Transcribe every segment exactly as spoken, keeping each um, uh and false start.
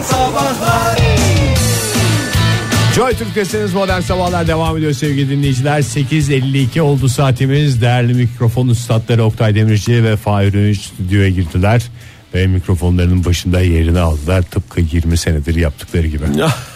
Sabahlar. Joy Türk'tesiniz, Modern Sabahlar devam ediyor sevgili dinleyiciler. sekiz elli iki oldu saatimiz. Değerli mikrofon üstadları Oktay Demirci ve Fahir Öğünç stüdyoya girdiler ve mikrofonlarının başında yerini aldılar. Tıpkı yirmi senedir yaptıkları gibi.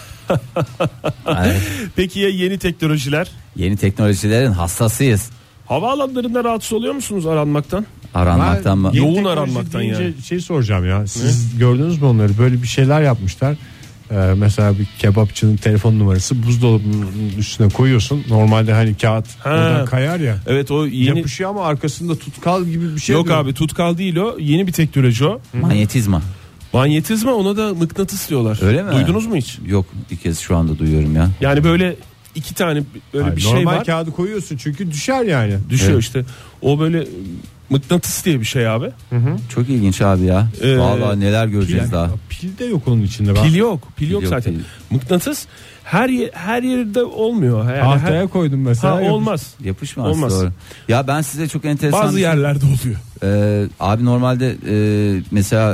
Evet. Peki ya yeni teknolojiler? Yeni teknolojilerin hassasıyız. Havaalanlarında rahatsız oluyor musunuz aranmaktan? Aranmaktan mı? Yoğun Teknoloji aranmaktan deyince yani. Şey soracağım ya. Siz gördünüz mü onları? Böyle bir şeyler yapmışlar. Ee, mesela bir kebapçının telefon numarası buzdolabının üstüne koyuyorsun. Normalde hani kağıt Ha. oradan kayar ya. Evet, o yeni. Yapışıyor ama arkasında tutkal gibi bir şey. Yok diyor. abi, tutkal değil o. Yeni bir teknoloji o. Manyetizma. Manyetizma, ona da mıknatıs diyorlar. Öyle mi? Duydunuz mu hiç? Yok, ilk kez şu anda duyuyorum ya. Yani böyle iki tane böyle Hayır, bir şey normal var. kağıdı koyuyorsun çünkü düşer yani. Düşüyor Evet. işte. O böyle mıknatıs diye bir şey abi. Çok ilginç abi ya. Ee, Vallahi neler göreceğiz Pil, daha. pil de yok onun içinde. Ben Pil yok. Pil yok yok, zaten. pil. Mıknatıs her yer, her yerde olmuyor. Yani tahtaya her, koydum mesela. ha, yapış- olmaz. Yapışmaz. Olmaz. Doğru. Ya ben size çok enteresan. Bazı bir şey- yerlerde oluyor. Ee, abi normalde e, mesela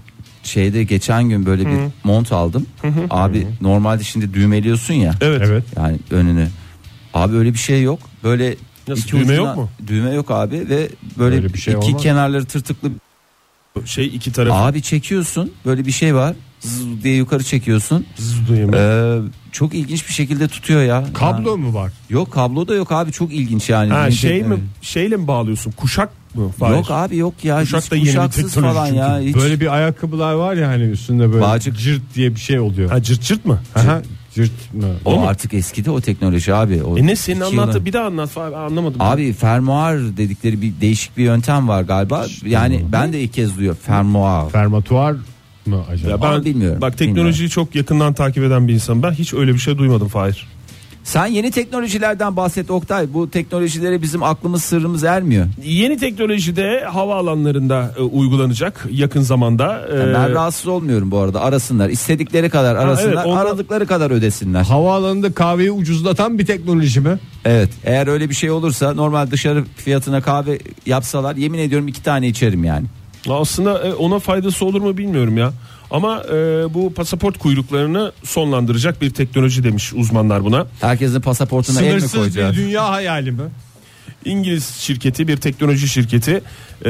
şeyde geçen gün böyle bir mont aldım. Abi normalde şimdi düğmeliyorsun ya. Evet. Evet. Yani önünü. Abi öyle bir şey yok. Böyle Nasıl, iki düğme ucuna- yok mu? Düğme yok abi ve böyle Öyle bir şey iki olmaz. kenarları tırtıklı. Şey iki tarafı. Abi çekiyorsun. Böyle bir şey var. Zzz diye yukarı çekiyorsun. Zzz duyayım ben. Ee, çok ilginç bir şekilde tutuyor ya. Kablo Ha. mu var? Yok, kablo da yok abi, çok ilginç yani. Ha, Yeni şey tek- mi, şeyle mi bağlıyorsun? Kuşak mı? Fahir? Yok abi, yok ya. Kuşak Hiç da yeni bir kuşaksız teknoloji falan çünkü. ya. Hiç. Böyle bir ayakkabılar var ya hani üstünde böyle Bağcık. cırt diye bir şey oluyor. Ha, cırt cırt mı? Aha, cırt mı? O O mu? artık eskidi o teknoloji abi. O E ne senin iki anlattı? yılın- Bir daha anlat Fahir, anlamadım. Abi fermuar dedikleri bir değişik bir yöntem var galiba. Yani ben de ilk kez duyuyorum. Fermuar. Fermatuar mı acaba? Ya Ama bilmiyorum, Bak, teknolojiyi çok yakından takip eden bir insan. Ben hiç öyle bir şey duymadım Fahir. Sen yeni teknolojilerden bahset Oktay. Bu teknolojilere bizim aklımız sırrımız ermiyor. Yeni teknolojide havaalanlarında e, uygulanacak yakın zamanda. E, Yani ben rahatsız olmuyorum bu arada. Arasınlar. İstedikleri kadar arasınlar. evet, ondan- Aradıkları kadar ödesinler. Havaalanında kahveyi ucuzlatan bir teknoloji mi? Evet. Eğer öyle bir şey olursa normal dışarı fiyatına kahve yapsalar yemin ediyorum iki tane içerim yani. aslında e, ona faydası olur mu bilmiyorum ya. Ama e, bu pasaport kuyruklarını sonlandıracak bir teknoloji demiş uzmanlar buna. Herkesin pasaportuna el mi Sınırsız koyacağız? bir dünya hayali mi? İngiliz şirketi, bir teknoloji şirketi e,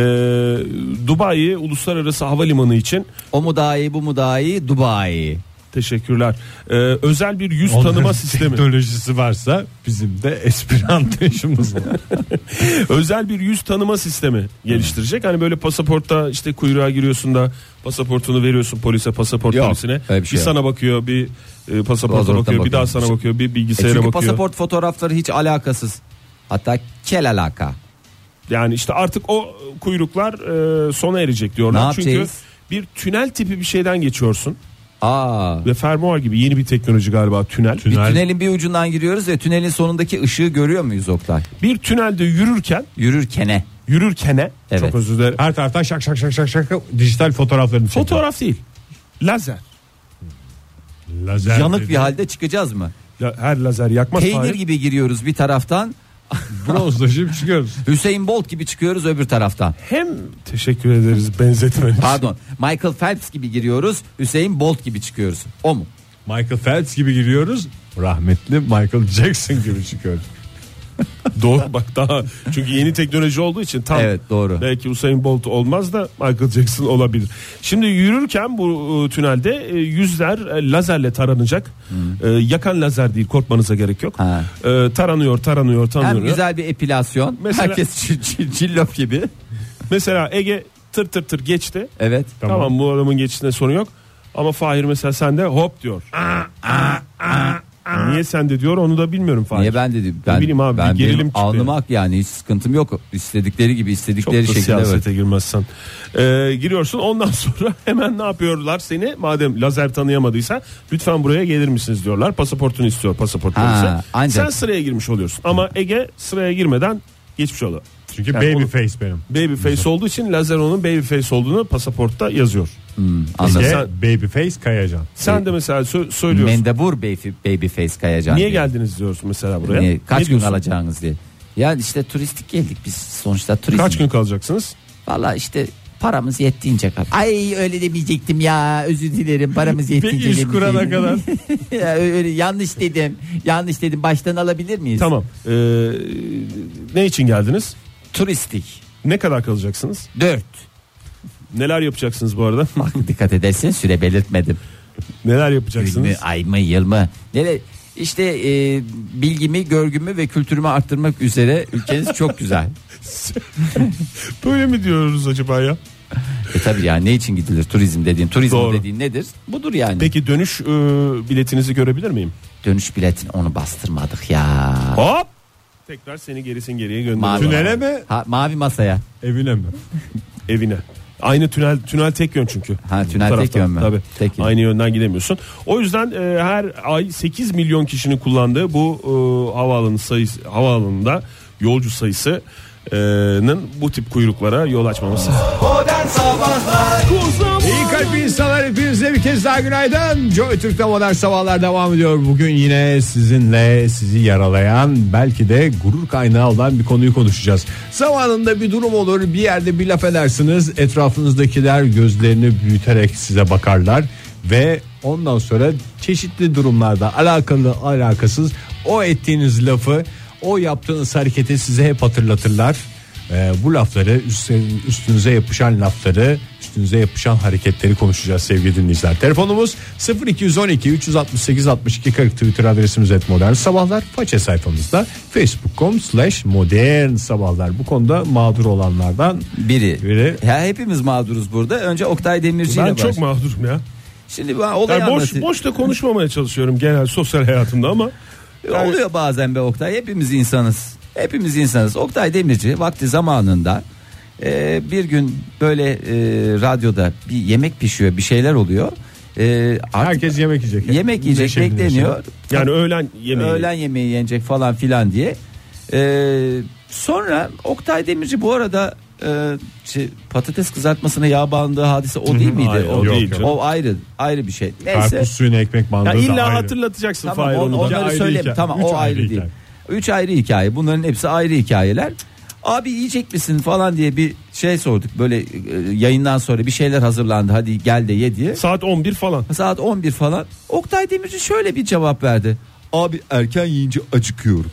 Dubai Uluslararası Havalimanı için, O mu daha iyi, bu mu daha iyi? Dubai. teşekkürler, e, özel bir yüz Onların tanıma sistemi. teknolojisi varsa bizim de Esperanto işimiz var. Özel bir yüz tanıma sistemi geliştirecek. Hani böyle pasaportta işte kuyruğa giriyorsun da pasaportunu veriyorsun polise, pasaport Yok, polisine. öyle bir Bir, şey yok. sana bakıyor, bir e, pasaporta Pasaporta bakıyor, bir daha bakıyor. sana bakıyor, bir E bilgisayara çünkü bakıyor. pasaport fotoğrafları hiç alakasız. Hatta kel alaka. Yani işte artık o kuyruklar e, sona erecek diyorlar. Ne Çünkü yapacağız? bir tünel tipi bir şeyden geçiyorsun. Aa. Ve fermuar gibi yeni bir teknoloji galiba, tünel. Bir Tünel. tünelin bir ucundan giriyoruz ve tünelin sonundaki ışığı görüyor muyuz Oktay? Bir tünelde yürürken, Yürürkene. yürürkene Evet. çok özür dilerim. Her taraftan şak şak şak şak şak dijital fotoğraflarını çekiyor. Fotoğraf değil. Lazer. Lazer Yanık dedi. bir halde çıkacağız mı? La- her lazer yakmaz. Peynir Fahir. gibi giriyoruz bir taraftan. Bronzlaşıp çıkıyoruz. Hüseyin Bolt gibi çıkıyoruz öbür taraftan. Hem teşekkür ederiz benzetmen. Pardon. Michael Phelps gibi giriyoruz. Hüseyin Bolt gibi çıkıyoruz. O mu? Michael Phelps gibi giriyoruz. Rahmetli Michael Jackson gibi çıkıyoruz. Doğru bak, daha çünkü yeni teknoloji olduğu için tam Evet, doğru. belki Usain Bolt olmaz da Michael Jackson olabilir. Şimdi yürürken bu e, tünelde e, yüzler e, lazerle taranacak. E, yakan lazer değil, korkmanıza gerek yok. Ha. E, taranıyor, taranıyor, taranıyor. Hem güzel bir epilasyon. Mesela- Herkes çi- çi- cillop gibi. Mesela Ege tır tır tır geçti. Evet. Tamam, bu adamın geçişinde sorun yok. Ama Fahir mesela sende hop diyor. Niye sende diyor onu da bilmiyorum Fahir. Niye ben dedim? Ben, bileyim abi, ben bir gerilim benim çıktı alnım yani. ak yani hiç sıkıntım yok. İstedikleri gibi Çok istedikleri da şekilde. siyasete Evet. girmezsen. Ee, giriyorsun, ondan sonra hemen ne yapıyorlar seni? Madem lazer tanıyamadıysa lütfen buraya gelir misiniz diyorlar. Pasaportunu istiyor pasaport Ha, polisi. ancak- Sen sıraya girmiş oluyorsun. Ama Ege sıraya girmeden geçmiş oluyor. Çünkü Yani baby onu- face benim. Baby face olduğu için lazer onun baby face olduğunu pasaportta yazıyor. Hmm, anladım. Ege, Sen- baby face Kayacan. Sen de mesela sö- söylüyorsun. Mendebur baby, baby face Kayacan. Niye diye. geldiniz diyorsun mesela buraya. Niye? Kaç Ne gün diyorsun? kalacağınız diye. Ya işte turistik geldik biz sonuçta turizm. Kaç gün kalacaksınız? Valla işte Paramız yettiğince kadar. Ay öyle demeyecektim ya, özür dilerim, paramız yettiğince. Bir iş kurana kadar. Ya, öyle, yanlış dedim. Yanlış dedim. Baştan alabilir miyiz? Tamam. Ee, ne için geldiniz? Turistik. Ne kadar kalacaksınız? Dört. Neler yapacaksınız bu arada? Bak dikkat edersin, süre belirtmedim. Neler Gün yapacaksınız? mü, ay mı, yıl mı? Nere? İşte e, bilgimi, görgümü ve kültürümü arttırmak üzere ülkeniz çok güzel. Böyle mi diyoruz acaba ya? E tabii ya, ne için gidilir turizm dediğin? Turizm Doğru. dediğin nedir? Budur yani. Peki dönüş e, biletinizi görebilir miyim? Dönüş biletini onu bastırmadık ya. Hop! Tekrar seni gerisin geriye Mavi, gönderiyorum. Tünele mi? ha, mavi masaya. Evine mi? Evine. Aynı tünel tünel tek yön çünkü. Ha, tünel Bu tek taraftan. yön mü? Tabii. Tek yön. Aynı yönden gidemiyorsun. O yüzden e, her ay sekiz milyon kişinin kullandığı bu e, havaalanı sayısı havaalanında yolcu sayısının bu tip kuyruklara yol açmaması. Modern Sabahlar İyi kalp insanlar, hepinize bir kez daha günaydın. Joy Türk'te Modern Sabahlar devam ediyor. Bugün yine sizinle sizi yaralayan, belki de gurur kaynağı olan bir konuyu konuşacağız. Zamanında bir durum olur, bir yerde bir laf edersiniz, etrafınızdakiler gözlerini büyüterek size bakarlar ve ondan sonra çeşitli durumlarda alakalı alakasız o ettiğiniz lafı, o yaptığınız hareketi size hep hatırlatırlar. Ee, bu lafları, üstünüze yapışan lafları, üstünüze yapışan hareketleri konuşacağız sevgili dinleyiciler. Telefonumuz sıfır iki on iki üç altı sekiz altmış iki kırk, Twitter adresimiz et modern sabahlar, faça sayfamızda facebook nokta com slash modern sabahlar. Bu konuda mağdur olanlardan Biri. biri. Ya hepimiz mağduruz burada. Önce Oktay Demirci ile Ben çok baş. mağdurum ya. Şimdi ben olayı Yani boş anlatayım. boş da konuşmamaya çalışıyorum genel sosyal hayatımda ama yani- Oluyor bazen be Oktay. Hepimiz insanız. Hepimiz insanız. Oktay Demirci vakti zamanında e, bir gün böyle e, radyoda bir yemek pişiyor, bir şeyler oluyor. E, artık Herkes yemek yiyecek. yemek yiyecek Neşeli bekleniyor. neşeli. yani öğlen yemeği. Öğlen yemeği yenecek falan filan diye. E, sonra Oktay Demirci bu arada e, şey, patates kızartmasına yağ bandığı hadise o değil miydi? Hayır, o, o değil. o ayrı ayrı bir şey. Neyse. Karpuz suyuna ekmek bandığı Ya da illa ayrı. hatırlatacaksın Tamam, Fahir on, onu da. onları ayrı söyleyeyim. hikaye. Tamam, Üç o ayrı ayrı değil. hikaye. Üç ayrı hikaye. Bunların hepsi ayrı hikayeler. Abi yiyecek misin falan diye bir şey sorduk. Böyle e, yayından sonra bir şeyler hazırlandı. Hadi gel de ye diye. Saat on bir falan. Saat on bir falan. Oktay Demirci şöyle bir cevap verdi. Abi erken yiyince acıkıyorum.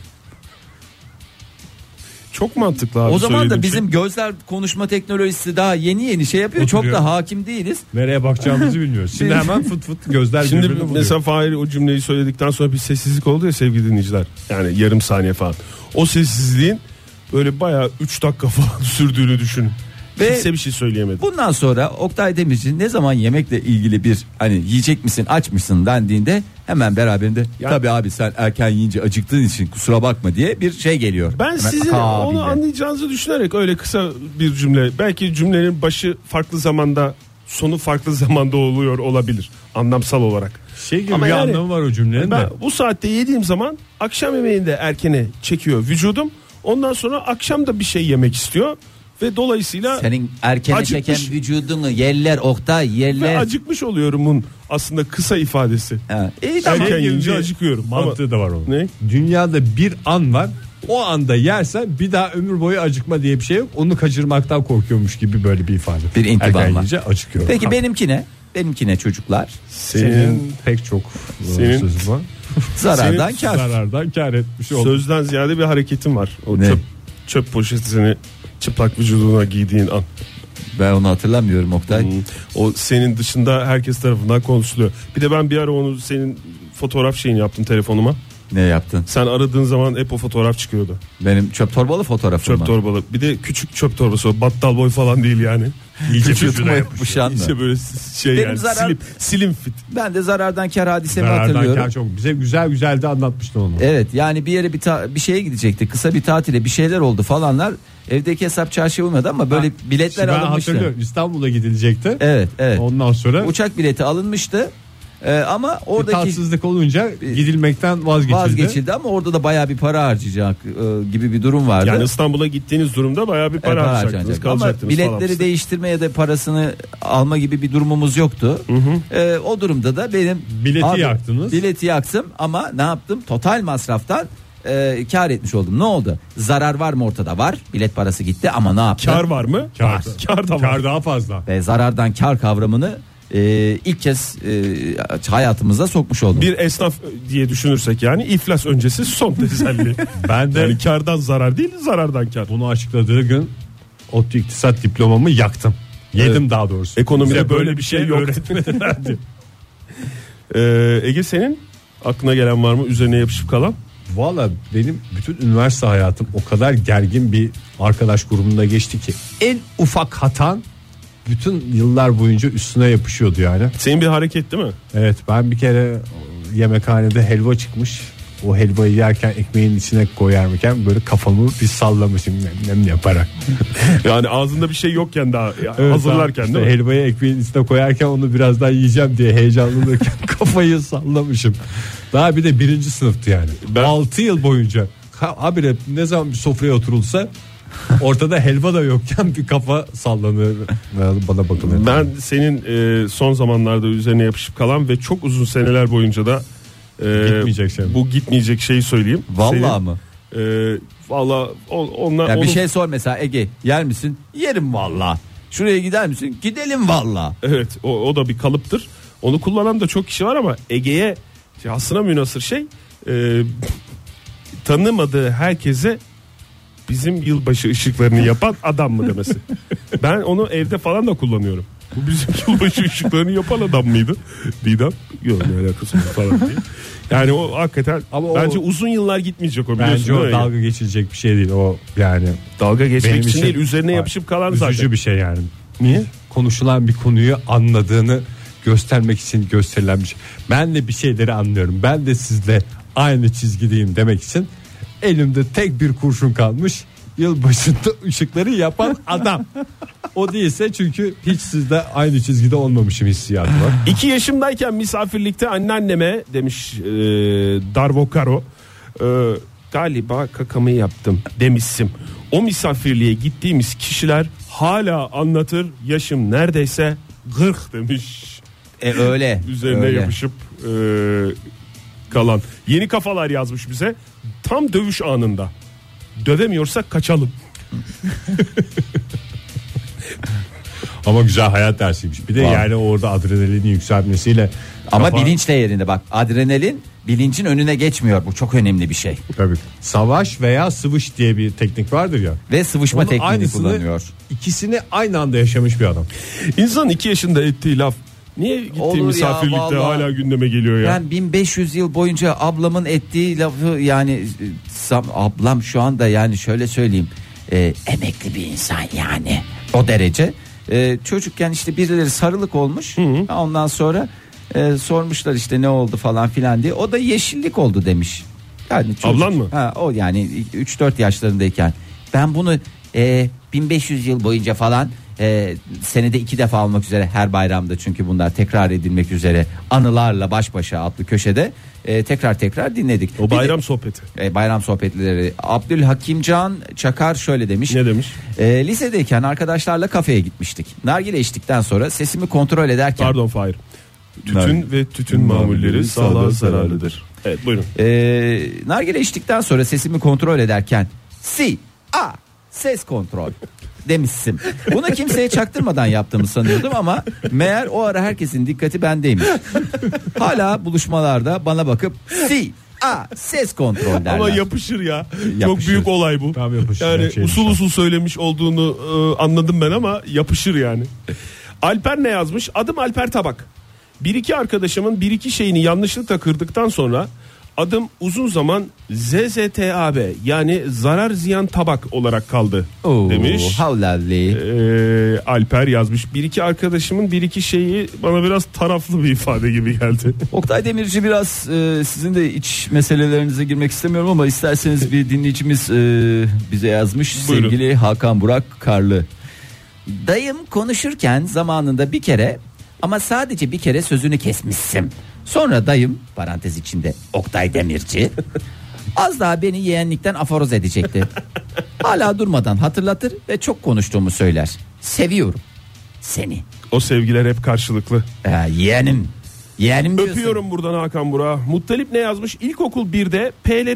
Çok mantıklı abi. O zaman da söylediğin bizim şey. gözler konuşma teknolojisi daha yeni yeni şey yapıyor. Oturuyor. Çok da hakim değiliz. Nereye bakacağımızı bilmiyoruz. Şimdi hemen fıt fıt gözler Şimdi birbirini buluyor. mesela Fahir o cümleyi söyledikten sonra bir sessizlik oldu ya sevgili dinleyiciler. Yani yarım saniye falan. O sessizliğin böyle bayağı üç dakika falan sürdüğünü düşünün. Ve Kimse bir şey söyleyemedi. bundan sonra Oktay Demirci ne zaman yemekle ilgili bir hani yiyecek misin aç mısın dendiğinde hemen beraberinde Yani- tabii abi sen erken yiyince acıktığın için kusura bakma diye bir şey geliyor. Ben Hemen sizin akabiyle. onu anlayacağınızı düşünerek öyle kısa bir cümle. Belki cümlenin başı farklı zamanda, sonu farklı zamanda oluyor olabilir anlamsal olarak. Şey gibi Ama bir yani- anlamı var o cümlenin Ben de. bu saatte yediğim zaman akşam yemeğinde erkene çekiyor vücudum. Ondan sonra akşam da bir şey yemek istiyor ve dolayısıyla Senin erkene acıkmış- çeken vücudunu yerler Oktay ve yerler. acıkmış oluyorumun aslında kısa ifadesi. Ha, İyi tamam. Erken Şey gibi yiyince bir acıkıyorum. mantığı Ama- da var onun. Ne? Dünyada bir an var. O anda yersen bir daha ömür boyu acıkma diye bir şey yok. Onu kaçırmaktan korkuyormuş gibi böyle bir ifade. Bir intiba Erken var. yiyince acıkıyorum. Peki benimki ne? Benimki ne çocuklar? Senin, Senin pek çok Senin- senin, sözü var. Zarardan Senin kar. Zarardan kar etmiş olduk. sözden ziyade bir hareketin var. O Ne? çöp çöp poşetini çıplak vücuduna giydiğin an. Ben onu hatırlamıyorum Oktay. Hmm. O senin dışında herkes tarafından konuşuluyor. Bir de ben bir ara onu senin fotoğraf şeyini yaptım telefonuma. Ne yaptın? Sen aradığın zaman hep o fotoğraf çıkıyordu. Benim çöp torbalı fotoğrafım Çöp mı? torbalı. Bir de küçük çöp torbası. O battal boy falan değil yani. İyice Küçük vücuduma yapışan mı? İşte böyle şey Benim yani zarar- slim, slim fit. Ben de zarardan kar hadisemi Zarardan hatırlıyorum. kar çok. Bize güzel güzel de anlatmıştın onu. Evet yani bir yere bir, ta- bir şeye gidecekti. Kısa bir tatile bir şeyler oldu falanlar. Evdeki hesap çarşıya uymadı ama böyle biletler Ben alınmıştı. hatırlıyorum, İstanbul'a gidilecekti. Evet evet. Ondan sonra Uçak bileti alınmıştı. Ee, ama bir oradaki tatsızlık olunca gidilmekten vazgeçildi. vazgeçildi ama orada da bayağı bir para harcayacak e, gibi bir durum vardı. Yani İstanbul'a gittiğiniz durumda bayağı bir Evet, para harcayacaktınız, harcanacak. Ama kalacaktınız falan. biletleri değiştirme ya da parasını alma gibi bir durumumuz yoktu. Ee, o durumda da benim Bileti Abi, yaktınız. Bileti yaktım ama ne yaptım? Total masraftan e, kar etmiş oldum. Ne oldu? Zarar var mı ortada? Var. Bilet parası gitti ama ne yaptı? Kar var mı? Kar, Kar da var. Kar daha fazla. Ve zarardan kar kavramını e, ilk kez e, hayatımıza sokmuş oldum. Bir esnaf diye düşünürsek yani iflas öncesi son teselli. Ben de Yani kardan zarar değil, zarardan kar. bunu açıkladığı gün ODTÜ İktisat diplomamı yaktım. Yedim Evet. daha doğrusu. Ekonomide Bize böyle bir şey yok. öğretmedilerdi. Ee, Ege, senin aklına gelen var mı üzerine yapışıp kalan? Valla benim bütün üniversite hayatım o kadar gergin bir arkadaş grubunda geçti ki en ufak hatan bütün yıllar boyunca üstüne yapışıyordu yani. Senin bir hareket değil mi? Evet, ben bir kere yemekhanede helva çıkmış. O helvayı yerken ekmeğin içine koyarken böyle kafamı bir sallamışım nem, nem yaparak. Yani ağzında bir şey yokken daha Evet, hazırlarken işte değil mi? helvayı ekmeğin içine koyarken onu birazdan yiyeceğim diye heyecanlanırken kafayı sallamışım. Daha bir de birinci sınıftı yani. Ben- altı yıl boyunca ha, habire ne zaman bir sofraya oturulsa ortada helva da yokken bir kafa sallanır, bana bakılır. Ben senin e, son zamanlarda üzerine yapışıp kalan ve çok uzun seneler boyunca da e, Gitmeyecek şey. bu gitmeyecek şeyi söyleyeyim. Vallahi Senin, mı? E, vallahi on, onlar Ya bir onu- şey sor mesela, Ege yer misin? Yerim valla. Şuraya gider misin? Gidelim valla. Evet, o, o da bir kalıptır. Onu kullanan da çok kişi var ama Ege'ye aslına münhasır şey e, tanımadığı herkese bizim yılbaşı ışıklarını yapan adam mı demesi. Ben onu evde falan da kullanıyorum. Bu bizim yılbaşı ışıklarını yapan adam mıydı? Didem? Yok, ne alakası var falan diye. Yani o hakikaten Ama o- bence uzun yıllar gitmeyecek o, biliyorsun. Bence o değil mi? dalga geçilecek bir şey değil o yani. Dalga geçmek Benim için için- değil, üzerine yapışıp kalan Üzücü zaten. bir şey yani. Niye? Konuşulan bir konuyu anladığını göstermek için gösterilen bir şey. Ben de bir şeyleri anlıyorum. Ben de sizle aynı çizgideyim demek için elimde tek bir kurşun kalmış. Yılbaşında ışıkları yapan adam. O değilse çünkü hiç sizde aynı çizgide olmamışım hissiyatı var. İki yaşımdayken misafirlikte anneanneme demiş e, Darvo Karo, e, galiba kakamı yaptım demişsim. O misafirliğe gittiğimiz kişiler hala anlatır, yaşım neredeyse kırk demiş. E öyle. Üzerine öyle. yapışıp e, kalan. Yeni kafalar yazmış bize, tam dövüş anında. Dövemiyorsak kaçalım. Ama güzel hayat dersiymiş. Bir de Vallahi. yani orada adrenalinin yükselmesiyle Ama kafa- bilinç de yerinde bak. Adrenalin bilincin önüne geçmiyor. Bu çok önemli bir şey. Tabii. Savaş veya sıvış diye bir teknik vardır ya. Ve sıvışma Onun tekniğini aynısını, kullanıyor. İkisini aynı anda yaşamış bir adam. İnsan iki yaşında ettiği laf niye gittiği Olur ya, misafirlikte vallahi. hala gündeme geliyor ya? Ben bin beş yüz yıl boyunca ablamın ettiği lafı yani e, sam- ablam şu anda yani şöyle söyleyeyim e, emekli bir insan yani o derece. E, çocukken işte birileri sarılık olmuş, ondan sonra e, sormuşlar işte ne oldu falan filan diye, o da yeşillik oldu demiş. Yani çocuk, Ablan mı? Ha, o yani üç dört yaşlarındayken ben bunu e, bin beş yüz yıl boyunca falan e, senede iki defa almak üzere her bayramda, çünkü bunlar tekrar edilmek üzere Anılarla Baş Başa adlı köşede e, tekrar tekrar dinledik. O Bir de- bayram sohbeti. e, bayram sohbetleri. Abdülhakimcan Çakar şöyle demiş. Ne demiş? E, lisedeyken arkadaşlarla kafeye gitmiştik. Nargile içtikten sonra sesimi kontrol ederken Pardon Fahir. Tütün Nar- ve tütün mamulleri sağlığa zararlıdır. Evet, buyurun. e, nargile içtikten sonra sesimi kontrol ederken si a ses kontrol demişsin. Bunu kimseye çaktırmadan yaptığımı sanıyordum ama meğer o ara herkesin dikkati bendeymiş. Hala buluşmalarda bana bakıp si a ses kontrol derler. Ama yapışır ya. Çok Yapışır. büyük olay bu. Tam yapışır. Yani Şeymiş usul o. usul söylemiş olduğunu e, anladım ben ama yapışır yani. Alper ne yazmış? Adım Alper Tabak. Bir iki arkadaşımın bir iki şeyini yanlışlıkla kırdıktan sonra adım uzun zaman Z Z T A B yani zarar ziyan tabak olarak kaldı Oo, demiş. how lovely. Ee, Alper yazmış. Bir iki arkadaşımın bir iki şeyi bana biraz taraflı bir ifade gibi geldi. Oktay Demirci, biraz e, sizin de iç meselelerinize girmek istemiyorum ama isterseniz bir dinleyicimiz e, bize yazmış. Buyurun. Sevgili Hakan Burak Karlı. Dayım konuşurken zamanında bir kere ama sadece bir kere sözünü kesmişsin. Sonra dayım, parantez içinde Oktay Demirci, az daha beni yeğenlikten aforoz edecekti. Hala durmadan hatırlatır ve çok konuştuğumu söyler. Seviyorum seni. O sevgiler hep karşılıklı. Ee, yeğenim. Yeğenim diyorsun. Öpüyorum buradan Hakan Burak'a. Muttalip ne yazmış? İlkokul birde P'leri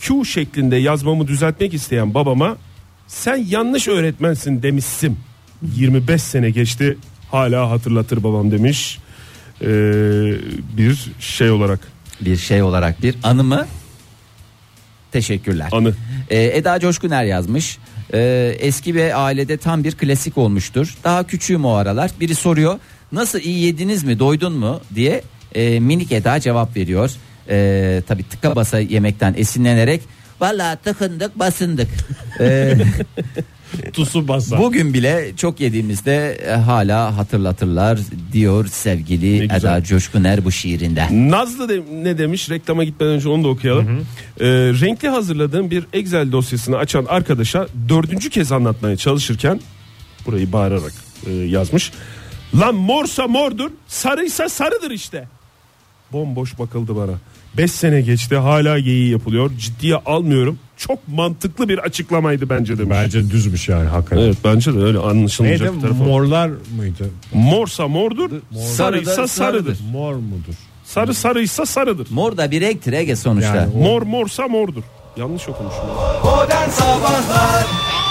Q şeklinde yazmamı düzeltmek isteyen babama sen yanlış öğretmensin demişsin. yirmi beş sene geçti hala hatırlatır babam demiş. Ee, bir şey olarak. Bir şey olarak bir anı mı? Teşekkürler. Anı. Ee, Eda Coşkuner yazmış. Ee, eski bir ailede tam bir klasik olmuştur. Daha küçüğüm o aralar. Biri soruyor nasıl iyi yediniz mi doydun mu diye e, minik Eda cevap veriyor. Ee, tabii tıka basa yemekten esinlenerek vallahi tıkındık basındık. Ee, Tusu basa. Bugün bile çok yediğimizde e, hala hatırlatırlar diyor sevgili Ne güzel. Eda Coşkuner bu şiirinde. Nazlı de, ne demiş reklama gitmeden önce onu da okuyalım. Hı hı. Ee, renkli hazırladığım bir Excel dosyasını açan arkadaşa dördüncü kez anlatmaya çalışırken burayı bağırarak e, yazmış. Lan morsa mordur, sarıysa sarıdır işte. Bomboş bakıldı bana. beş sene geçti hala geyiği yapılıyor. Ciddiye almıyorum. Çok mantıklı bir açıklamaydı bence demiş. Bence düzmüş yani hakikaten. Evet bence de öyle anlaşılmayacak Neydi? bir tarafı. Morlar mıydı? Morsa mordur, Mor. sarıysa Sarıdır, sarıdır. sarıdır. Mor mudur? Sarı sarıysa sarıdır. Mor da bir renktir Ege sonuçta. Yani Mor morsa mordur. Yanlış okumuşum. Modern Sabahlar.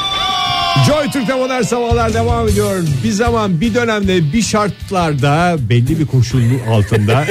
Joy Türk'te modern sabahlar devam ediyor. Bir zaman bir dönemde bir şartlarda belli bir koşul altında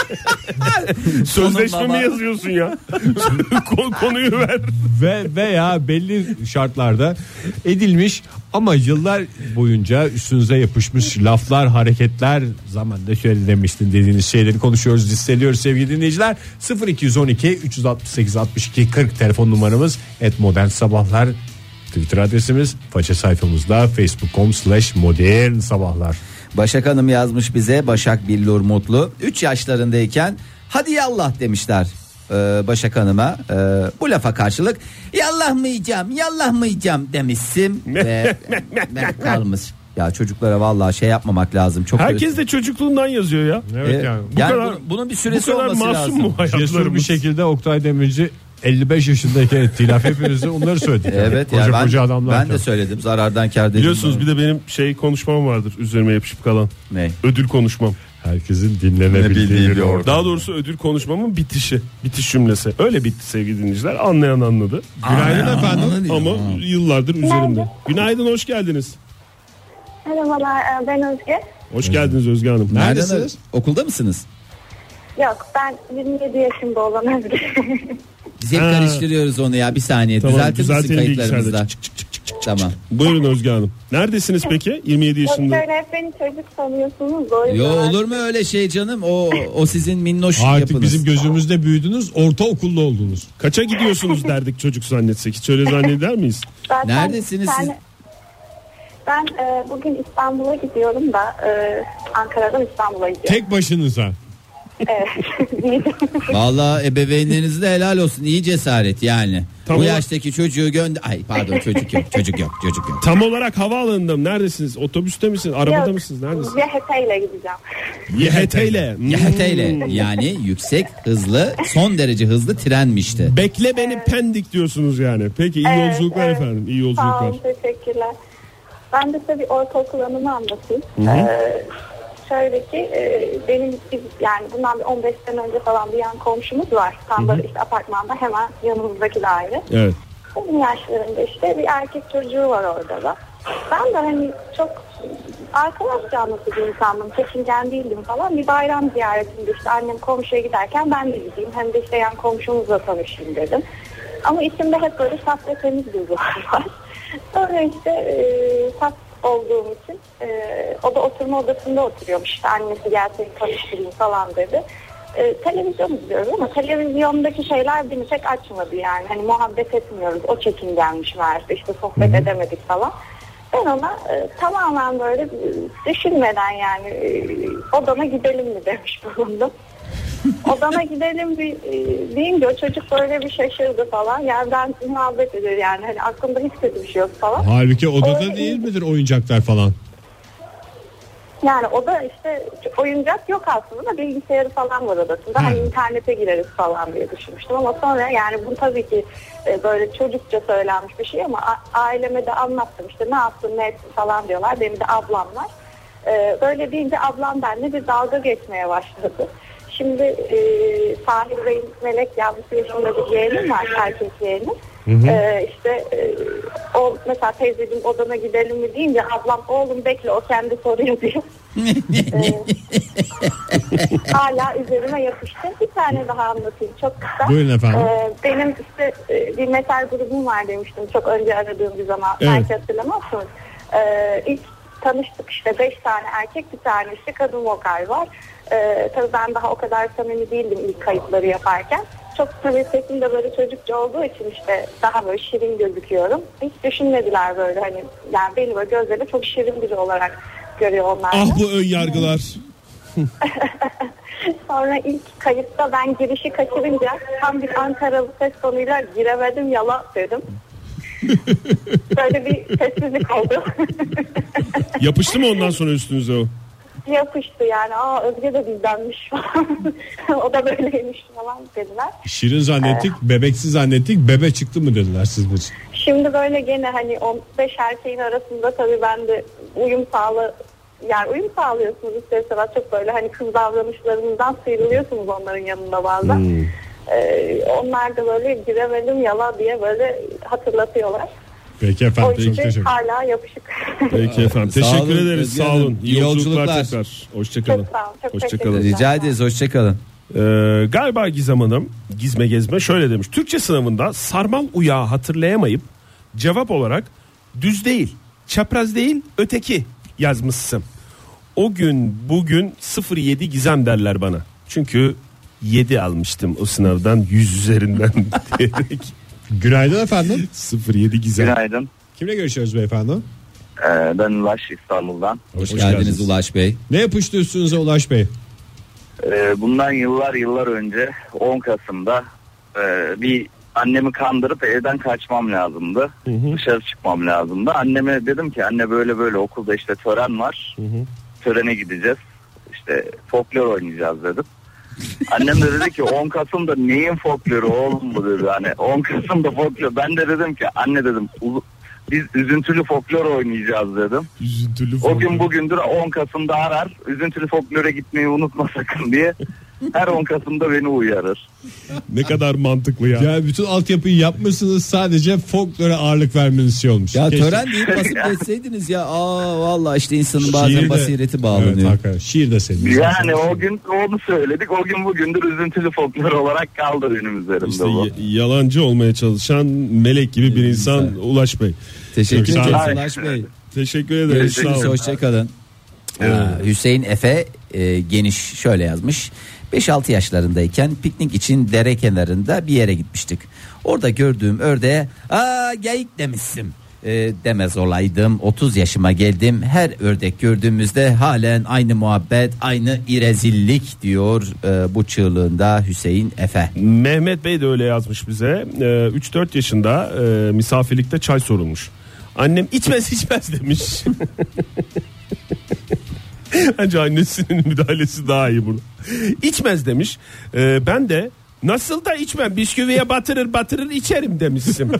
Sözleşme Sonunda mi ama- yazıyorsun ya? Kon- Konuyu ver. ve veya belli şartlarda edilmiş ama yıllar boyunca üstünüze yapışmış laflar, hareketler, zamanda şöyle demiştin dediğiniz şeyleri konuşuyoruz, listeliyoruz sevgili dinleyiciler. sıfır iki on iki üç altı sekiz altmış iki kırk telefon numaramız et modern sabahlar. Twitter adresimiz, faça sayfamızda facebook nokta com slash modern sabahlar. Başak Hanım yazmış bize, Başak Billur Mutlu. üç yaşlarındayken hadi yallah demişler ee, Başak Hanım'a. Ee, bu lafa karşılık yallah mı yiyeceğim yallah mı yiyeceğim demişsin ve ve kalmış. Ya çocuklara vallahi şey yapmamak lazım. Çok Herkes de çocukluğundan yazıyor ya. Evet Ee, yani. Bu yani kadar- bunun, bunun bir süresi Bu kadar olması masum lazım. mu hayatlarımız? Cesur bir şekilde Oktay Demirci elli beş yaşındayken ettiği laf hepinize onları söyledik. yani. Evet koca ya ben, koca adamlar. ben de söyledim zarardan kar dedim. Biliyorsunuz bir de benim şey konuşmam vardır üzerime yapışıp kalan. Ne? Ödül konuşmam. Herkesin dinlenebildiği Bildiği bir bir ortam. Daha doğrusu ödül konuşmamın bitişi. Bitiş cümlesi. Öyle bitti sevgili dinleyiciler. Anlayan anladı. Günaydın efendim. Ama yıllardır üzerimde. Günaydın, hoş geldiniz. Merhabalar, e, ben Özge. Hoş geldiniz Özge Hanım. Neredesiniz? Okulda mısınız? Yok, ben yirmi yedi yaşında olan Özge. Biz hep Ha. karıştırıyoruz onu ya, bir saniye Tamam, düzeltir misin düzeltelim kayıtlarımızda? bilgisayarda. Çık, çık, çık, çık, çık. Tamam. Buyurun Özge Hanım. Neredesiniz peki? yirmi yedi Yok, yaşında. şöyle hep beni çocuk sanıyorsunuz. O Yo yüzden- olur mu öyle şey canım? O o sizin minnoş Artık yapınız. bizim gözümüzde büyüdünüz, ortaokulda oldunuz. Kaça gidiyorsunuz derdik çocuk zannetsek. Hiç öyle zanneder miyiz? Zaten Neredesiniz bir siz? tane- Ben e, bugün İstanbul'a gidiyorum da e, Ankara'dan İstanbul'a gidiyorum. Tek başınıza. Evet. Vallahi ebeveynlerinize de helal olsun. İyi cesaret yani. Tamam. Bu yaştaki çocuğu gönder. Ay pardon çocuk yok. Çocuk yok. Çocuk yok. Tam olarak havaalanında mı? Neredesiniz? Otobüste misiniz? Arabada Yok, mısınız? Neredesiniz? Y H T ile gideceğim. Y H T ile. Hmm. Y H T ile yani yüksek hızlı, son derece hızlı trenmişti. Bekle beni Pendik diyorsunuz yani. Peki iyi Evet, yolculuklar evet. efendim. İyi Sağ yolculuklar. olun, teşekkürler. Ben de size bir ortaokul anımı anlatayım. Ee, şöyle ki e, benim biz, yani bundan bir on beş sene önce falan bir yan komşumuz var. Tam böyle işte apartmanda hemen yanımızdaki daire. Evet. Onun yaşlarında işte bir erkek çocuğu var orada da. Ben de hani çok arkadaş canlısı bir insandım. Çekingen değildim falan. Bir bayram ziyaretinde işte annem komşuya giderken ben de gideyim. Hem de işte yan komşumuzla tanışayım dedim. Ama içimde hep böyle saf ve temiz duygular var. Sonra işte e, saf olduğum için e, o da oturma odasında oturuyormuş. İşte annesi gel seni tanıştırayım falan dedi. E, televizyon izliyoruz ama televizyondaki şeyler beni pek açmadı yani. Hani muhabbet etmiyoruz. O çekingenmiş meğerse işte sohbet edemedik falan. Ben ona e, tamamen böyle e, düşünmeden yani e, odama gidelim mi demiş bulundum. Odama gidelim bir, e, deyince o çocuk böyle bir şaşırdı falan. Yani ben muhabbet ediyor yani. Hani aklımda hiç kötü bir şey yok falan. Halbuki odada Öyle- değil midir oyuncaklar falan? Yani o da işte oyuncak yok aslında, bilgisayarı falan var odasında. Hani internete gireriz falan diye düşünmüştüm ama sonra yani bu tabii ki e, böyle çocukça söylenmiş bir şey ama a- aileme de anlattım işte ne yaptın ne ettin falan diyorlar. Benim de ablam var. E, böyle deyince ablam benimle bir dalga geçmeye başladı. şimdi e, Fahir Bey'in melek yavrusu yaşında bir yeğenim var, erkek yeğenim. Ee, işte e, o mesela teyzeciğim odana gidelim mi deyince ablam oğlum bekle o kendi soruyor diyor. ee, hala üzerime yapıştı. Bir tane daha anlatayım çok kısa. Buyurun efendim. Ee, benim işte e, bir metal grubum var demiştim çok önce aradığım bir zaman. Evet. Belki hatırlamazsınız. Ee, ilk tanıştık işte beş tane erkek bir tanesi kadın vokal var. Ee, tabii ben daha o kadar samimi değildim ilk kayıtları yaparken. Çok tabii sesim de böyle çocukça olduğu için işte daha böyle şirin gözüküyorum. Hiç düşünmediler böyle hani yani beni böyle gözlerinde çok şirin biri olarak görüyor onlar. Ah bu ön yargılar. Sonra ilk kayıtta ben girişi kaçırınca tam bir Ankaralı ses tonuyla giremedim yala dedim. Böyle bir sessizlik oldu. Yapıştı mı ondan sonra üstünüze o? Yapıştı yani. Aa Özge de bizdenmiş falan. O da böyleymiş falan dediler. Şirin zannettik, ee, bebeksiz zannettik, bebe çıktı mı dediler sizin için. Şimdi böyle gene hani on beş erkeğin arasında tabii ben de uyum sağlı yani uyum sağlıyorsunuz ister istemez çok böyle hani kız davranışlarınızdan sıyrılıyorsunuz onların yanında bazen. Hmm. Ee, onlar da böyle giremedim yala diye böyle hatırlatıyorlar. Peki efendim. O işte hala yapışık. Peki efendim. Teşekkür olun, ederiz. Sağ olun. İyi yolculuklar, yolculuklar tekrar. Hoşçakalın. Çok sağ olun. Çok Hoşçakalın. Rica ederiz. Hoşçakalın. Ee, galiba Gizem Hanım Gizme Gezme şöyle demiş. Türkçe sınavında sarmal uyağı hatırlayamayıp cevap olarak düz değil, çapraz değil, öteki yazmışsın. O gün bugün sıfır yedi Gizem derler bana. Çünkü yedi almıştım o sınavdan yüz üzerinden diyerek. Günaydın efendim. sıfır yedi Gizem. Günaydın. Kimle görüşüyoruz beyefendi? Ee, ben Ulaş İstanbul'dan. Hoş, Hoş geldiniz, geldiniz Ulaş Bey. Ne yapıştı üstünüze Ulaş Bey? Ee, bundan yıllar yıllar önce on Kasım'da e, bir annemi kandırıp evden kaçmam lazımdı. Hı hı. Dışarı çıkmam lazımdı. Anneme dedim ki anne böyle böyle okulda işte tören var. Hı hı. Törene gideceğiz. İşte folklor oynayacağız dedim. Annem de dedi ki on Kasım'da neyin folkloru oğlum bu dedi. Hani on Kasım'da folklor. Ben de dedim ki anne dedim biz üzüntülü folklor oynayacağız dedim. Üzüntülü folklor. O gün bugündür on Kasım'da arar. Üzüntülü folklore gitmeyi unutma sakın diye. Her on Kasım'da beni uyarır. Ne kadar mantıklı ya. Ya bütün altyapıyı yapmışsınız, sadece folklore ağırlık vermeniz şey olmuş. Ya Keşke. tören deyip basıp geçseydiniz ya. Aa vallahi işte insanın bazen şiir de, basireti bağlanıyor. Evet, hakikaten. Şiir de senin. Yani o gün onu söyledik. O gün bugündür üzüntülü folklor olarak kaldı benim üzerimde işte bu. Y- yalancı olmaya çalışan melek gibi bir insan güzel. Ulaş Bey. Teşekkür ederim Ulaş Bey. Teşekkür ederiz. Sağ olun. Hoşçakalın. Ee, Hüseyin Efe e, geniş şöyle yazmış. beş altı yaşlarındayken piknik için dere kenarında bir yere gitmiştik. Orada gördüğüm ördeğe aa geyik demişsin e, demez olaydım. otuz yaşıma geldim, her ördek gördüğümüzde halen aynı muhabbet, aynı irezillik diyor e, bu çığlığında Hüseyin Efe. Mehmet Bey de öyle yazmış bize. e, üç dört yaşında e, misafirlikte çay sorulmuş. Annem içmez içmez demiş. Bence annesinin müdahalesi daha iyi burada. İçmez demiş. Ee, ben de nasıl da içmem, bisküviye batırır batırır içerim demişsin.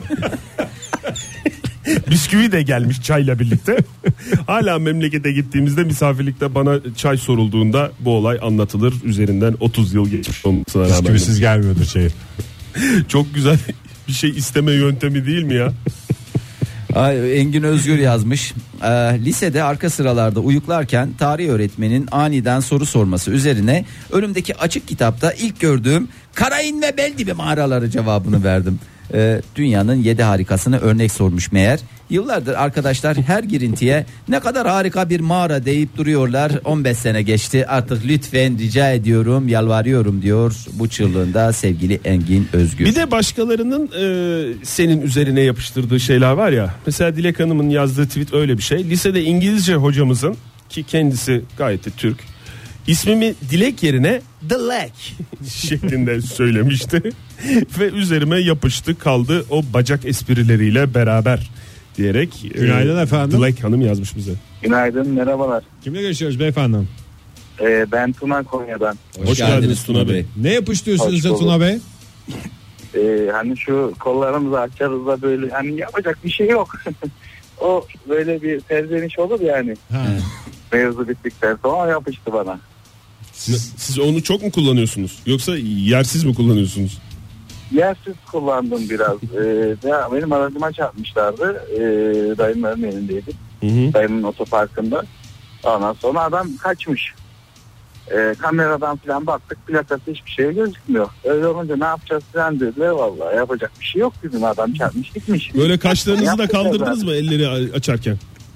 Bisküvi de gelmiş çayla birlikte. Hala memlekete gittiğimizde misafirlikte bana çay sorulduğunda bu olay anlatılır. Üzerinden otuz yıl geçmiş olmasına rağmen. Bisküvisiz gelmiyordur şey. Çok güzel bir şey isteme yöntemi değil mi ya? Ay, Engin Özgür yazmış. Ee, lisede arka sıralarda uyuklarken tarih öğretmenin aniden soru sorması üzerine önümdeki açık kitapta ilk gördüğüm Karain ve Beldibi mağaraları cevabını verdim. Ee, dünyanın yedi harikasını örnek sormuş meğer. Yıllardır arkadaşlar her girintiye ne kadar harika bir mağara deyip duruyorlar. on beş sene geçti, artık lütfen rica ediyorum, yalvarıyorum diyor bu çığlığında sevgili Engin Özgür. Bir de başkalarının e, senin üzerine yapıştırdığı şeyler var ya. Mesela Dilek Hanım'ın yazdığı tweet öyle bir şey. Lisede İngilizce hocamızın, ki kendisi gayet de Türk, İsmimi Dilek yerine Dilek şeklinde söylemişti. Ve üzerime yapıştı kaldı o bacak esprileriyle beraber diyerek. Günaydın e, efendim. Dilek Hanım yazmış bize. Günaydın, merhabalar. Kimle görüşüyoruz beyefendi? Ee, ben Tuna Konya'dan. Hoş, Hoş geldiniz, geldiniz Tuna Bey. Bey. Ne yapıştırıyorsunuz da Tuna Bey? Ee, hani şu kollarımızı açarız da böyle hani yapacak bir şey yok. O böyle bir serzeniş olur yani. Ha. Mevzu bittikten sonra yapıştı bana. Siz, siz onu çok mu kullanıyorsunuz? Yoksa yersiz mi kullanıyorsunuz? Yersiz kullandım biraz. Ee, benim aracıma çarpmışlardı. Ee, dayımların elindeydi. Hı hı. Dayımın otoparkında. Ondan sonra adam kaçmış. Ee, kameradan falan baktık, plakası hiçbir şey gözükmüyor. Öyle olunca ne yapacağız falan dediler. Vallahi yapacak bir şey yok, bizim adam çarpmış gitmiş. Böyle kaşlarınızı da kaldırdınız zaten. mı elleri açarken?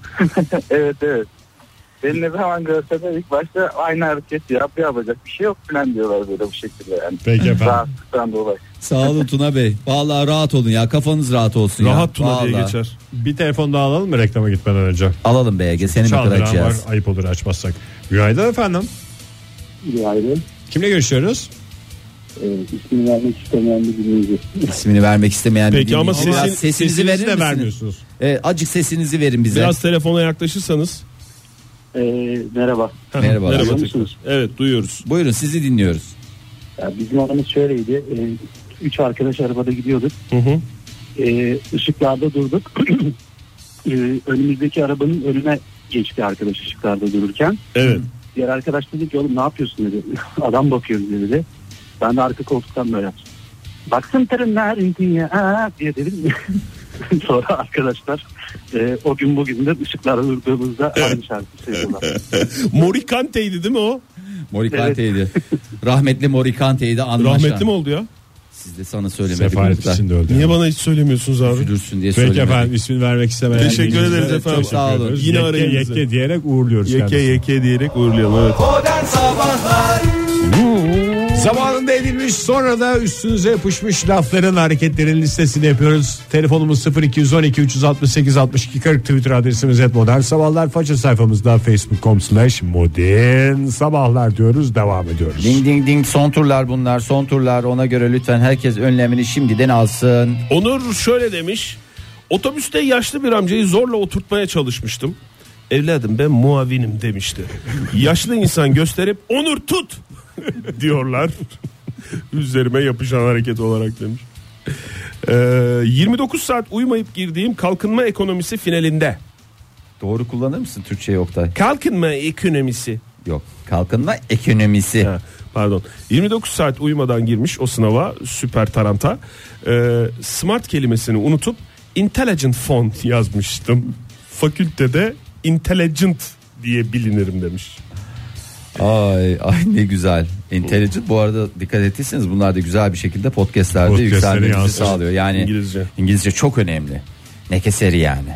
Evet evet. Beni ne zaman görse de ilk başta aynı hareket yap, yapacak bir şey yok falan diyorlar böyle bu şekilde yani. Peki efendim. Rahatsızlıktan dolayı. Sağ olun Tuna Bey. Vallahi rahat olun ya, kafanız rahat olsun ya. Rahat Tuna diye Vallahi. geçer. Bir telefon daha alalım mı reklama gitmeden önce? Alalım be Ege, seni mi Çaldıran var, kıracağız? ayıp olur açmazsak. Günaydın efendim. Günaydın. Kimle görüşüyoruz? Ee, ismini vermek istemeyen bir dinleyici. İsmini vermek istemeyen bir Peki ama dinleyici. sesin- Biraz sesinizi Sesinizi verir de misiniz? vermiyorsunuz. Evet, acık sesinizi verin bize. Biraz telefona yaklaşırsanız. Ee, merhaba. Merhaba. Merhaba Duyuyor tekrar. musunuz? Evet, duyuyoruz. Buyurun, sizi dinliyoruz. Ya bizim aramız şöyleydi. Ee, üç arkadaş arabada gidiyorduk. Hı hı. Ee, ışıklarda durduk. ee, önümüzdeki arabanın önüne geçti arkadaş ışıklarda dururken. Evet. Diğer arkadaş dedi ki oğlum ne yapıyorsun dedi. Adam bakıyoruz dedi. Ben de arka koltuktan böyle yaptım. Baksın tırınlar diye aa diye dedim. Sonra arkadaşlar e, o gün bugün de ışıklarda durduğumuzda aynı şarkı söylüyorlar. Morikante'ydi değil mi o? Morikante'ydi. Rahmetli Morikante'ydi anlaşan. Rahmetli mi oldu ya? Siz de sana söylemedik. Sefaret çocuklar. içinde öldü. Niye bana hiç söylemiyorsunuz abi? Üzülürsün diye Peki söylemedik. efendim, ismini vermek istemeyen. Teşekkür dinleyicilere ederiz efendim. çok Sağ olun. ediyoruz. Yine Yekke arayın bizi. yekke diyerek uğurluyoruz Yeke kendisini. yeke diyerek uğurlayalım, evet. Modern Sabahlar Zamanında edilmiş, sonra da üstünüze yapışmış lafların, hareketlerin listesini yapıyoruz. Telefonumuz sıfır iki on iki üç altı sekiz altmış iki kırk, Twitter adresimiz et modern sabahlar, faça sayfamızda facebook nokta com slash modern sabahlar diyoruz, devam ediyoruz. Ding ding ding, son turlar bunlar, son turlar, ona göre lütfen herkes önlemini şimdiden alsın. Onur şöyle demiş. Otobüste yaşlı bir amcayı zorla oturtmaya çalışmıştım. Evladım ben muavinim demişti. Yaşlı insan gösterip Onur tut diyorlar. Üzerime yapışan hareket olarak demiş. Ee, yirmi dokuz saat uyumayıp girdiğim kalkınma ekonomisi finalinde. Doğru kullanır mısın Türkçe'yi Oktay? Kalkınma ekonomisi. Yok, kalkınma ekonomisi. Ha, pardon. yirmi dokuz saat uyumadan girmiş o sınava, süper taranta. Ee, smart kelimesini unutup intelligent font yazmıştım. Fakültede intelligent diye bilinirim demiş. Ay ay ne güzel. Intelligent, bu arada dikkat ettiyseniz bunlar da güzel bir şekilde podcastlerde Podcastleri yükselmemizi yansıyor. sağlıyor. Yani İngilizce. İngilizce çok önemli. Ne keseri yani.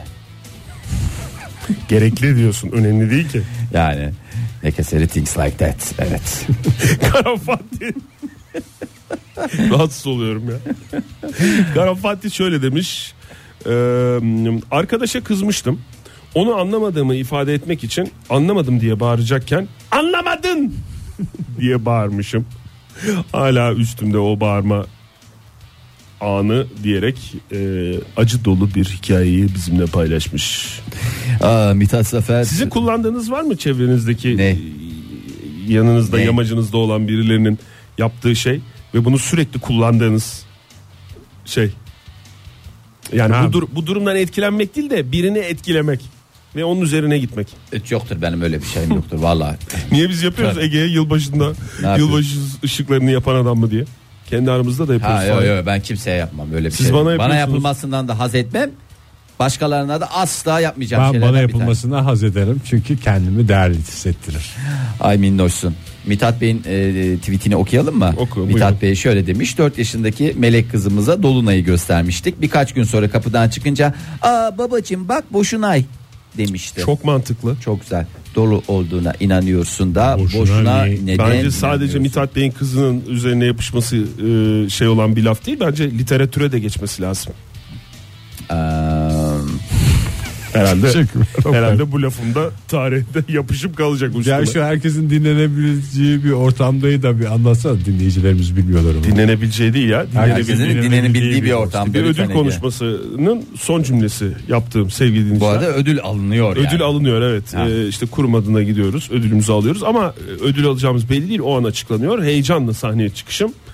Gerekli diyorsun, önemli değil ki. Yani ne keseri things like that. Evet. Karafatih. Rahatsız oluyorum ya. Karafatih şöyle demiş. Ee, arkadaşa kızmıştım. Onu anlamadığımı ifade etmek için anlamadım diye bağıracakken anlamadın diye bağırmışım. Hala üstümde o bağırma anı diyerek e, acı dolu bir hikayeyi bizimle paylaşmış. Aa, Mithat Zafer. Sizin kullandığınız var mı çevrenizdeki Ne? e, yanınızda Ne? yamacınızda olan birilerinin yaptığı şey ve bunu sürekli kullandığınız şey? Yani Ha. bu, dur- bu durumdan etkilenmek değil de birini etkilemek ve onun üzerine gitmek. Hiç yoktur, benim öyle bir şeyim yoktur vallahi. Niye biz yapıyoruz Ege'ye yılbaşında yapıyoruz? yılbaşı ışıklarını yapan adam mı diye? Kendi aramızda da yapıyoruz. Ha yok falan. yok, ben kimseye yapmam böyle bir Siz şey. bana Bana yapıyorsunuz. yapılmasından da haz etmem. Başkalarına da asla yapmayacağım Ben şeylerden bana bir tane. yapılmasına haz ederim çünkü kendimi değerli hissettirir. Ay minnoşsun. Mithat Bey'in e, tweetini okuyalım mı? Oku, Mithat buyurun. Bey şöyle demiş: dört yaşındaki melek kızımıza dolunayı göstermiştik. Birkaç gün sonra kapıdan çıkınca aa babacığım bak boşunay demişti. Çok, Çok mantıklı. çok güzel. Dolu olduğuna inanıyorsun da Boşuna boşuna, niye? neden Bence sadece inanıyorsun? Mithat Bey'in kızının üzerine yapışması e, şey olan bir laf değil. Bence literatüre de geçmesi lazım. Ee, Herhalde Teşekkürler. herhalde bu lafımda tarihte yapışıp kalacak bu Ya üstüne. şu herkesin dinlenebileceği bir ortamdayı da bir anlatsana, dinleyicilerimiz bilmiyorlar onu. Dinlenebileceği değil ya. Herkesin Dinlenebileceği dinlenebildiği bir ortam. bir ödül Lütfen Ege. konuşmasının son cümlesi yaptığım sevgili dinleyiciler. Bu arada ödül alınıyor yani. Ödül alınıyor, evet. Ha. Ee, işte kurum adına gidiyoruz, ödülümüzü alıyoruz ama e, ödül alacağımız belli değil, o an açıklanıyor. Heyecanla sahneye çıkışım.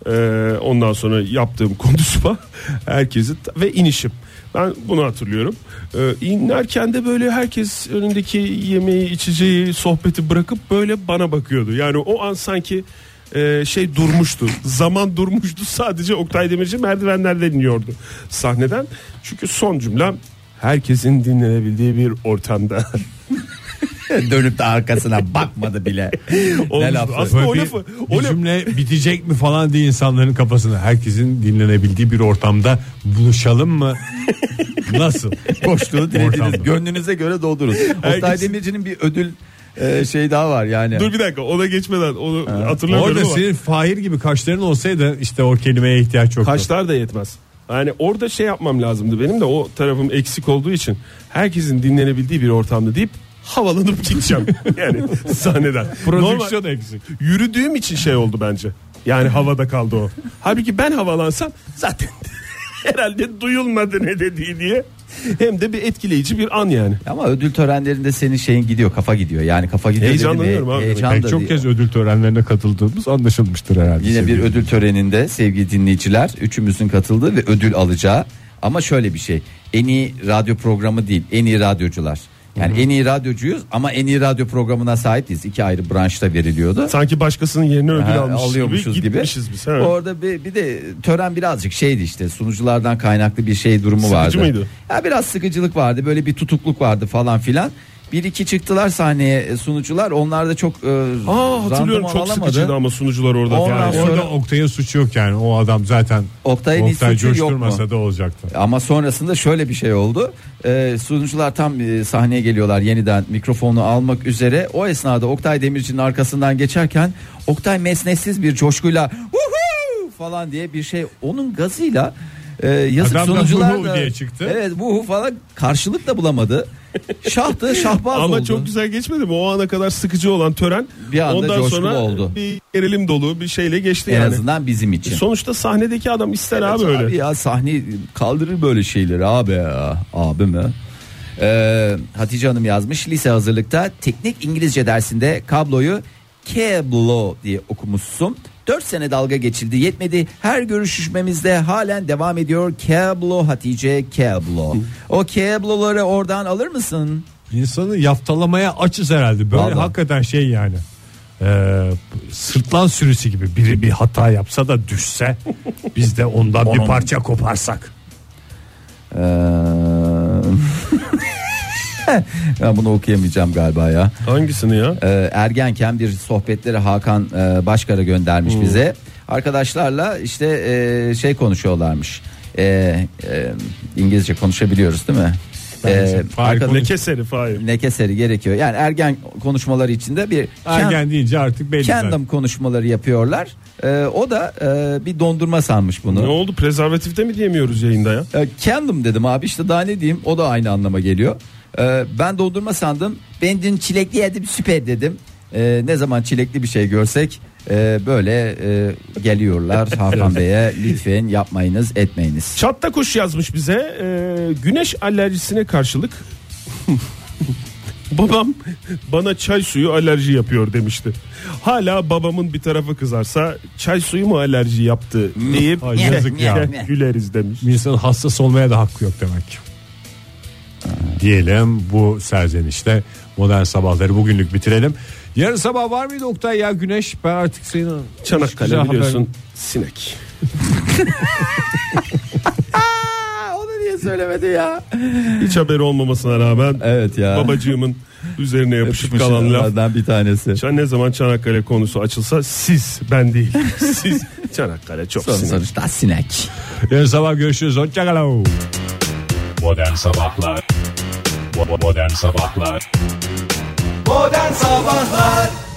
Ee, ondan sonra yaptığım konuşma herkesi ve inişim. Ben bunu hatırlıyorum. Ee, inerken de böyle herkes önündeki yemeği, içeceği, sohbeti bırakıp böyle bana bakıyordu. Yani o an sanki e, şey durmuştu. Zaman durmuştu. Sadece Oktay Demirci merdivenlerden iniyordu sahneden. Çünkü son cümlem herkesin dinlenebildiği bir ortamda. Dönüp de arkasına bakmadı bile. Ne lafı. Aslında o bir, lafı, bir o laf- cümle bitecek mi falan diye insanların kafasına, herkesin dinlenebildiği bir ortamda buluşalım mı? Nasıl? Koştuğu dilediğiniz Ortamda. gönlünüze göre doldurun. Oktay Herkesin- Demirci'nin bir ödül e, şey daha var yani. Dur bir dakika, ona geçmeden onu hatırlamıyorum Orada ama senin Fahir gibi kaşların olsaydı işte o kelimeye ihtiyaç yoktu. kaşlar da yetmez. Yani orada şey yapmam lazımdı, benim de o tarafım eksik olduğu için herkesin dinlenebildiği bir ortamda deyip havalanıp gideceğim. Yani sahneden. Prodüksiyon Normal, eksik. yürüdüğüm için şey oldu bence. Yani havada kaldı o. Halbuki ben havalansam zaten herhalde duyulmadı ne dediği diye. Hem de bir etkileyici bir an yani. Ama ödül törenlerinde senin şeyin gidiyor, kafa gidiyor. Yani kafa gidiyor. Heyecanlanıyorum abi. Heyecan Pek da çok değil. kez ödül törenlerine katıldığımız anlaşılmıştır herhalde. Yine bir sevgili. ödül töreninde sevgili dinleyiciler, üçümüzün katıldığı ve ödül alacağı. Ama şöyle bir şey, en iyi radyo programı değil, en iyi radyocular. Yani en iyi radyocuyuz ama en iyi radyo programına sahip değiliz. İki ayrı branşta veriliyordu. Sanki başkasının yerine ödül Ha, almış alıyormuşuz gibi, gibi. gitmişiz biz. Ha. Orada bir, bir de tören birazcık şeydi, işte sunuculardan kaynaklı bir şey durumu Sıkıcı vardı. mıydı? Ya biraz sıkıcılık vardı, böyle bir tutukluk vardı falan filan. Bir iki çıktılar sahneye sunucular, onlar da çok e, Aa, hatırlıyorum, çok alamadı. sıkıcıydı ama sunucular orada. Ondan Yani. sonra- Orada Oktay'ın suçu yok yani. O adam zaten Oktay'ın hiç Oktay suçu yok mu? coşturmasa da olacaktı. Ama sonrasında şöyle bir şey oldu. Ee, sunucular tam e, sahneye geliyorlar, yeniden mikrofonu almak üzere. O esnada Oktay Demirci'nin arkasından geçerken Oktay mesnetsiz bir coşkuyla "Vuhuu!" falan diye bir şey, onun gazıyla e, yazık Adam da sunucular vuhu da diye çıktı. Evet, vuhu falan karşılık da bulamadı. Şahtı şahbaz Ama oldu. çok güzel geçmedi mi? O ana kadar sıkıcı olan tören Bir anda ondan coşkulu sonra oldu. bir gerilim dolu bir şeyle geçti En yani. azından bizim için. Sonuçta sahnedeki adam ister Evet abi öyle. Abi ya, sahne kaldırır böyle şeyleri abi ya. Abi mi? Ee, Hatice Hanım yazmış, lise hazırlıkta teknik İngilizce dersinde kabloyu cable diye okumuşsun. dört sene dalga geçildi, yetmedi, her görüşmemizde halen devam ediyor kablo Hatice, kablo. O kabloları oradan alır mısın? İnsanı yaftalamaya açız herhalde. Böyle Vallahi. hakikaten şey yani. Ee, sırtlan sürüsü gibi biri bir hata yapsa da düşse biz de ondan Onun- bir parça koparsak. Ee... Ben bunu okuyamayacağım galiba ya. Hangisini ya? Ee, ergenken bir sohbetleri Hakan e, Başkar'a göndermiş bize. Arkadaşlarla işte e, şey konuşuyorlarmış. E, e, İngilizce konuşabiliyoruz değil mi? E, arkadaş- Ne keseri Fahir. ne keseri gerekiyor. Yani ergen konuşmaları içinde bir Ergen deyince artık belli zaten. kendam konuşmaları yapıyorlar. E, o da e, bir dondurma sanmış bunu. Ne oldu, prezervatifte mi diyemiyoruz yayında ya? E, kendim dedim abi, işte daha ne diyeyim, o da aynı anlama geliyor. E, ben dondurma sandım. Ben dün çilekli yedim, süper dedim. E, ne zaman çilekli bir şey görsek e, böyle e, geliyorlar Hakan Bey'e, lütfen yapmayınız etmeyiniz. Çatta kuş yazmış bize, e, güneş alerjisine karşılık babam bana çay suyu alerji yapıyor demişti. Hala babamın bir tarafı kızarsa çay suyu mu alerji yaptı deyip Ay, yazık ya. güleriz demiş. İnsanın hassas olmaya da hakkı yok demek ki. Diyelim bu serzenişte modern sabahları bugünlük bitirelim. Yarın sabah var mıydı Oktay ya, güneş? Ben artık seni Çanakkale Güzel biliyorsun haber- sinek. Aa, onu niye söylemedi ya? Hiç haberi olmamasına rağmen Evet ya. babacığımın üzerine yapışıp Yapışmış kalan laf. onlardan bir tanesi. Çan- Ne zaman Çanakkale konusu açılsa siz, ben değil. Siz, Çanakkale çok Son sinek. sonuçta sinek. Yarın sabah görüşürüz. Hoşçakalın. Modern Sabahlar Bo- Modern Sabahlar Modern Sabahlar